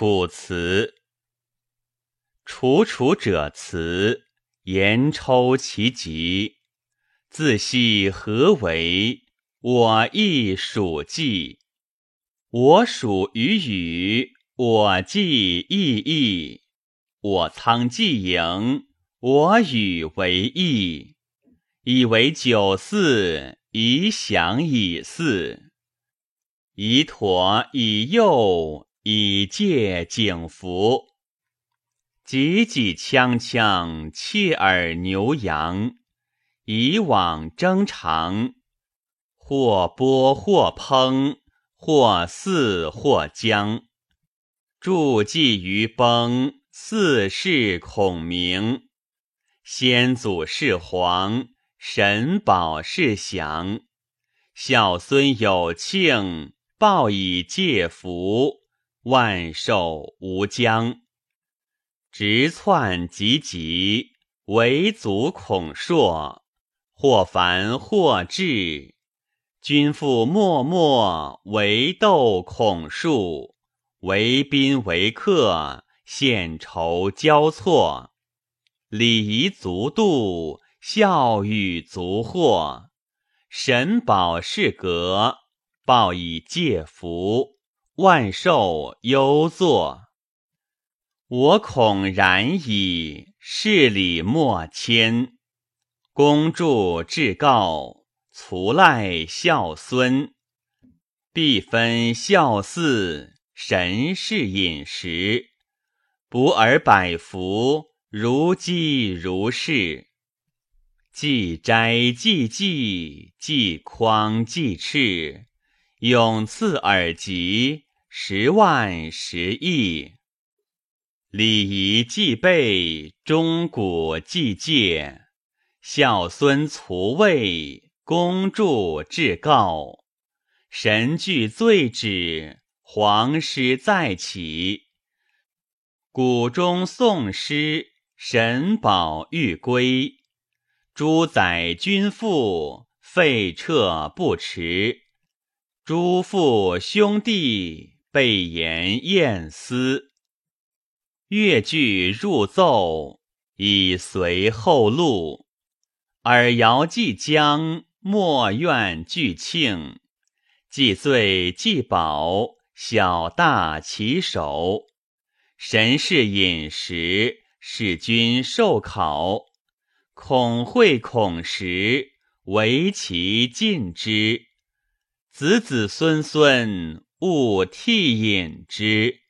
楚辞。楚楚者辞，言抽其极。自系何为？我亦属稷。我属于予，我稷亦异。我仓既盈，我与为异。以为九四，以享以祀。以妥以右，以戒景服。己己锵锵，切耳牛羊。以往征长，或剥或烹，或肆或将。助祭于崩，四世孔明。先祖是皇，神宝是祥。孝孙有庆，报以戒服。万寿无疆。直窜急急，为祖孔硕。或繁或至，君父默默，为斗孔树。为宾为客，献酬交错。礼仪足度，孝与足获。神宝是格，报以戒服。万寿悠作。我恐然矣，事礼莫谦。公祝至告，卒赖孝孙。必分孝嗣，神事饮食。不尔百福，如饥如是。既斋既祭，既匡既赤。永赐尔吉，10万10亿。礼仪既备，钟鼓既戒。孝孙卒位，公祝至告。神具罪止，皇师再起。谷中颂诗，神宝欲归。诸宰君父，废撤不迟。诸父兄弟，备言宴思。乐句入奏，以随后路。尔遥既将，莫怨俱庆。既醉既饱，小大其手。神事饮食，使君受考。孔会孔食，惟其尽之。子子孙孙，勿替饮之。